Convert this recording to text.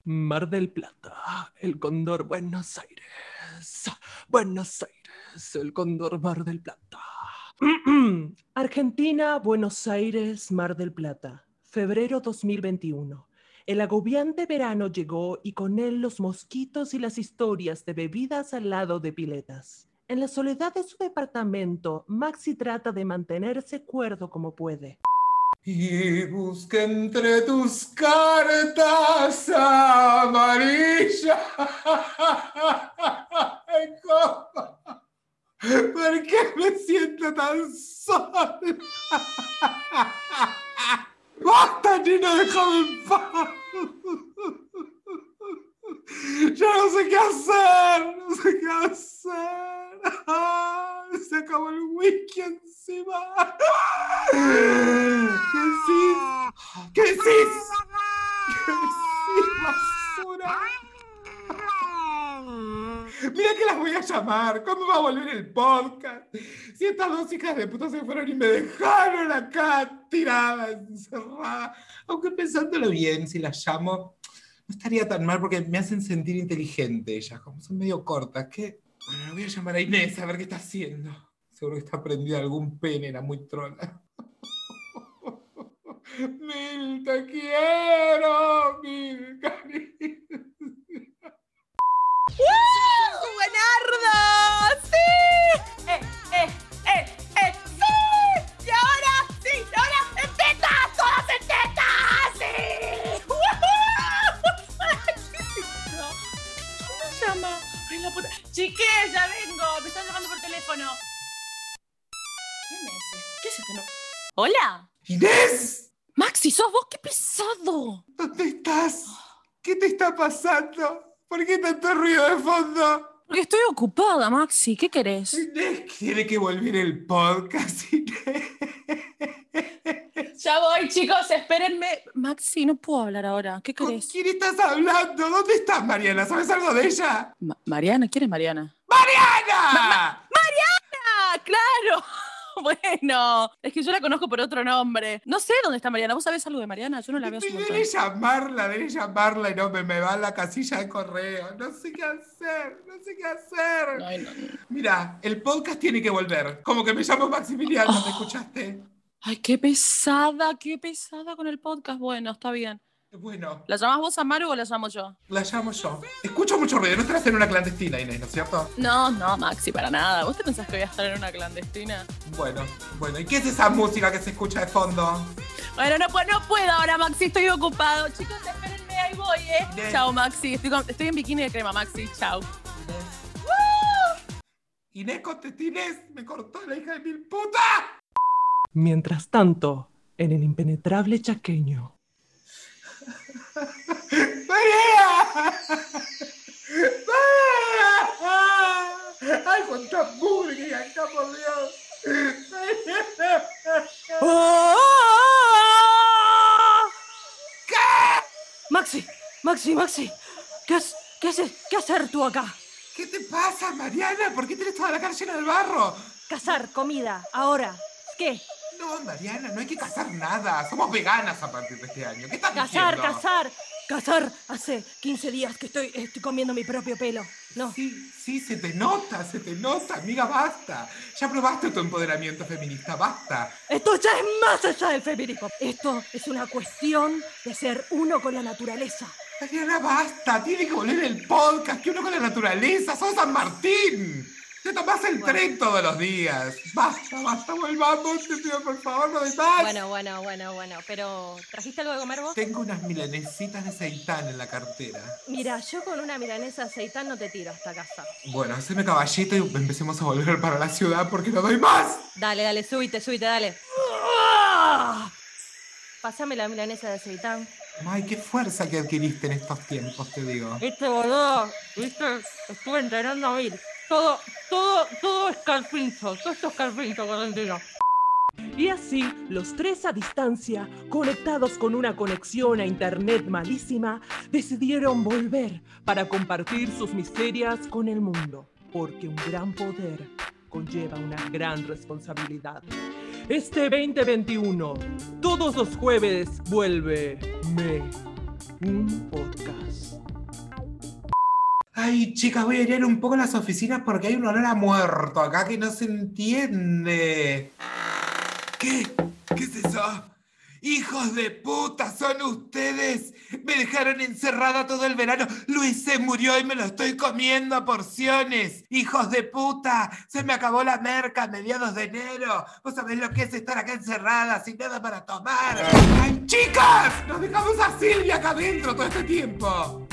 Mar del Plata, el Cóndor Buenos Aires. Buenos Aires, el Cóndor Mar del Plata. Argentina, Buenos Aires, Mar del Plata. Febrero 2021. El agobiante verano llegó y con él los mosquitos y las historias de bebidas al lado de piletas. En la soledad de su departamento, Maxi trata de mantenerse cuerdo como puede. Y busca entre tus cartas amarillas. ¿Cómo? ¿Por qué me siento tan sola? ¡Basta, Nino! ¡Déjame en paz! Yo no sé qué hacer. No sé qué hacer. Se acabó el whisky encima. ¿Qué decís? ¿Qué decís? ¿Qué decís, basura? Mira que las voy a llamar. ¿Cuándo va a volver el podcast? Si estas dos hijas de puta se fueron y me dejaron acá tirada, encerrada. Aunque pensándolo bien, si las llamo, no estaría tan mal porque me hacen sentir inteligente ellas, como son medio cortas. ¿Qué? Bueno, voy a llamar a Inés a ver qué está haciendo. Seguro que está prendida algún pene, era muy trola. Mil, te quiero, mil, cariño. ¡Buenardo! ¡Sí! ¡Sí! ¡Y ahora sí! ¡Y ahora en tetas! ¡Todas en tetas! ¡Sí! ¿Cómo se llama? ¡Ay, la puta! ¡Chiques, ya vengo! Me están llamando por teléfono. ¿Quién es ese? ¿Qué es este? No. ¿Hola? ¡Inés! Maxi, sos vos, qué pesado. ¿Dónde estás? ¿Qué te está pasando? ¿Por qué tanto ruido de fondo? Porque estoy ocupada, Maxi. ¿Qué querés? Inés quiere que volviera el podcast, Inés. Ya voy, chicos, espérenme. Maxi, no puedo hablar ahora. ¿Qué ¿Con querés? quién estás hablando? ¿Dónde estás, Mariana? ¿Sabes algo de ella? ¿Mariana? ¿Quién es Mariana? ¡Mariana! ¡Ah, claro! Bueno, es que yo la conozco por otro nombre. No sé dónde está Mariana. ¿Vos sabés algo de Mariana? Yo no la veo hace un montón. Debe llamarla y no me va a la casilla de correo. No sé qué hacer. Ay, no. Mira, el podcast tiene que volver. Como que me llamo Maximiliano, ¿me escuchaste? Ay, qué pesada con el podcast. Bueno, está bien. Bueno, ¿La llamás vos a Maru o la llamo yo? la llamo yo. Escucho mucho ruido. No estás en una clandestina, Inés, ¿no es cierto? No, Maxi, para nada. ¿Vos te pensás que voy a estar en una clandestina? Bueno. ¿Y qué es esa música que se escucha de fondo? Bueno, no puedo ahora, Maxi. Estoy ocupado. Chicos, espérenme. Ahí voy, Inés. Chao, Maxi. Estoy en bikini de crema, Maxi. Chao. Inés, Inés, me cortó la hija de mil puta. Mientras tanto, en el impenetrable chaqueño. ¡María! ¡Ay, cuánta mugre que hay acá, por Dios! ¡Maxi! ¿Qué hacer tú acá? ¿Qué te pasa, Mariana? ¿Por qué tienes toda la cara llena de barro? Cazar, comida, ahora. ¿Qué? No, Mariana, no hay que cazar nada. Somos veganas a partir de este año. ¿Qué estás diciendo? Cazar. Hace 15 días que estoy comiendo mi propio pelo. No. Sí, se te nota, amiga, basta. Ya probaste tu empoderamiento feminista, basta. Esto ya es más allá del feminismo. Esto es una cuestión de ser uno con la naturaleza. Mariana, basta. Tiene que volver el podcast, que uno con la naturaleza. ¡Sos San Martín! Te tomás el tren todos los días. Basta, volvamos. Te pido, por favor, no de más. Bueno. Pero, ¿trajiste algo de comer vos? Tengo unas milanesitas de seitán en la cartera. Mira, yo con una milanesa de seitán no te tiro hasta casa. Bueno, haceme caballito y empecemos a volver para la ciudad porque no doy más. Dale, súbite, dale. Pásame la milanesa de seitán. Ay, qué fuerza que adquiriste en estos tiempos, te digo. Boludo, ¿viste? Estuve entrenando a 1000. Todo es carpincho. Todo esto es carpincho, Valentino. Y así, los tres a distancia, conectados con una conexión a internet malísima, decidieron volver para compartir sus miserias con el mundo. Porque un gran poder conlleva una gran responsabilidad. Este 2021, todos los jueves, vuelve un podcast. Ay, chicas, voy a ir un poco a las oficinas porque hay un olor a muerto acá que no se entiende. ¿Qué? ¿Qué es eso? ¡Hijos de puta son ustedes! Me dejaron encerrada todo el verano. Luis se murió y me lo estoy comiendo a porciones. ¡Hijos de puta! Se me acabó la merca a mediados de enero. ¿Vos sabés lo que es estar acá encerrada sin nada para tomar? ¡Ay, chicas! Nos dejamos a Silvia acá adentro todo este tiempo.